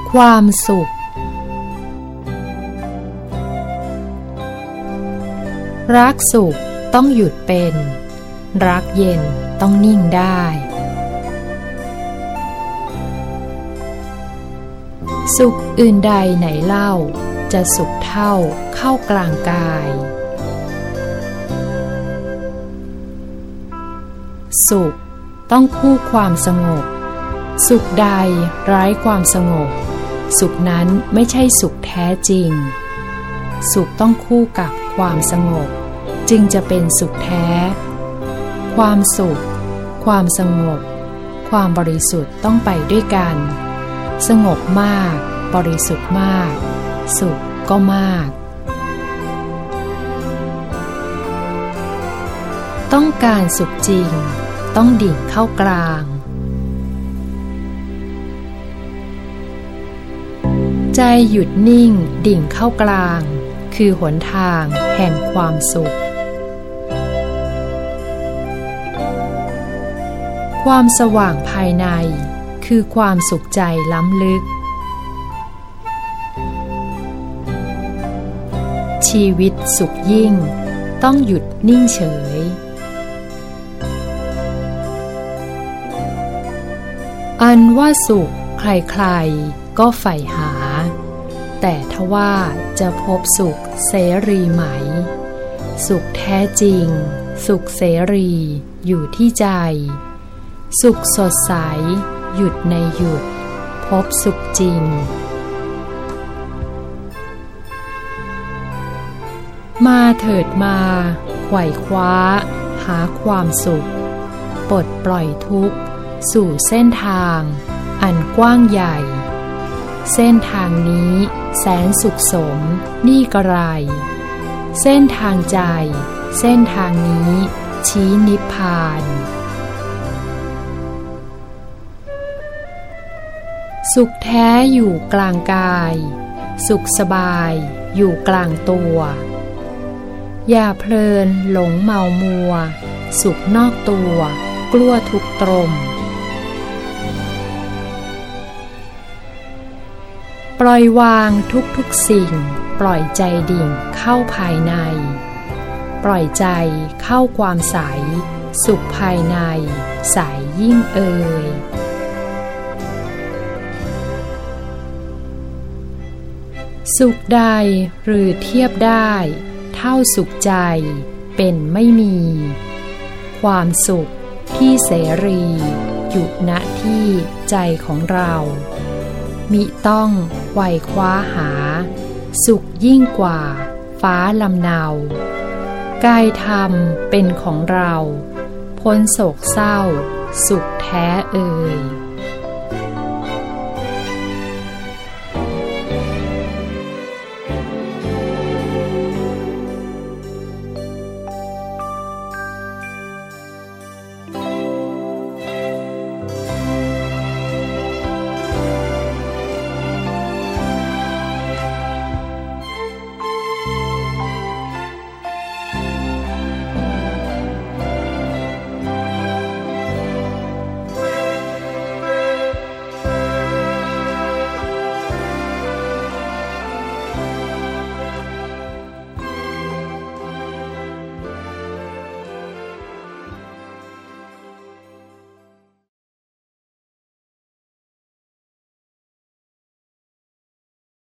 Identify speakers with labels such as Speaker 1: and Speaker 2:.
Speaker 1: ความสุขรักสุขต้องหยุดเป็นรักเย็นต้องนิ่งได้สุขอื่นใดไหนเล่าจะสุขเท่าเข้ากลางกายสุขต้องคู่ความสงบสุขใดไร้ความสงบสุขนั้นไม่ใช่สุขแท้จริงสุขต้องคู่กับความสงบจึงจะเป็นสุขแท้ความสุขความสงบความบริสุทธิ์ต้องไปด้วยกันสงบมากบริสุทธิ์มากสุขก็มากต้องการสุขจริงต้องดิ่งเข้ากลางใจหยุดนิ่งดิ่งเข้ากลางคือหนทางแห่งความสุขความสว่างภายในคือความสุขใจล้ำลึกชีวิตสุขยิ่งต้องหยุดนิ่งเฉยอันว่าสุขใครๆก็ใฝ่หาแต่ทว่าจะพบสุขเสรีไหมสุขแท้จริงสุขเสรีอยู่ที่ใจสุขสดใสหยุดในหยุดพบสุขจริงมาเถิดมาไขว่คว้าหาความสุขปลดปล่อยทุกข์สู่เส้นทางอันกว้างใหญ่เส้นทางนี้แสนสุขสมนี่กระไรเส้นทางใจเส้นทางนี้ชี้นิพพานสุขแท้อยู่กลางกายสุขสบายอยู่กลางตัวอย่าเพลินหลงเมามัวสุขนอกตัวกลัวทุกตรมปล่อยวางทุกสิ่งปล่อยใจดิ่งเข้าภายในปล่อยใจเข้าความใสสุขภายในใสยิ่งเอ่ยสุขใดหรือเทียบได้เท่าสุขใจเป็นไม่มีความสุขที่เสรีอยู่ณที่ใจของเรามิต้องไขว่คว้าหาสุขยิ่งกว่าฟ้าลำเนากายธรรมเป็นของเราพ้นโศกเศร้าสุขแท้เอ่ย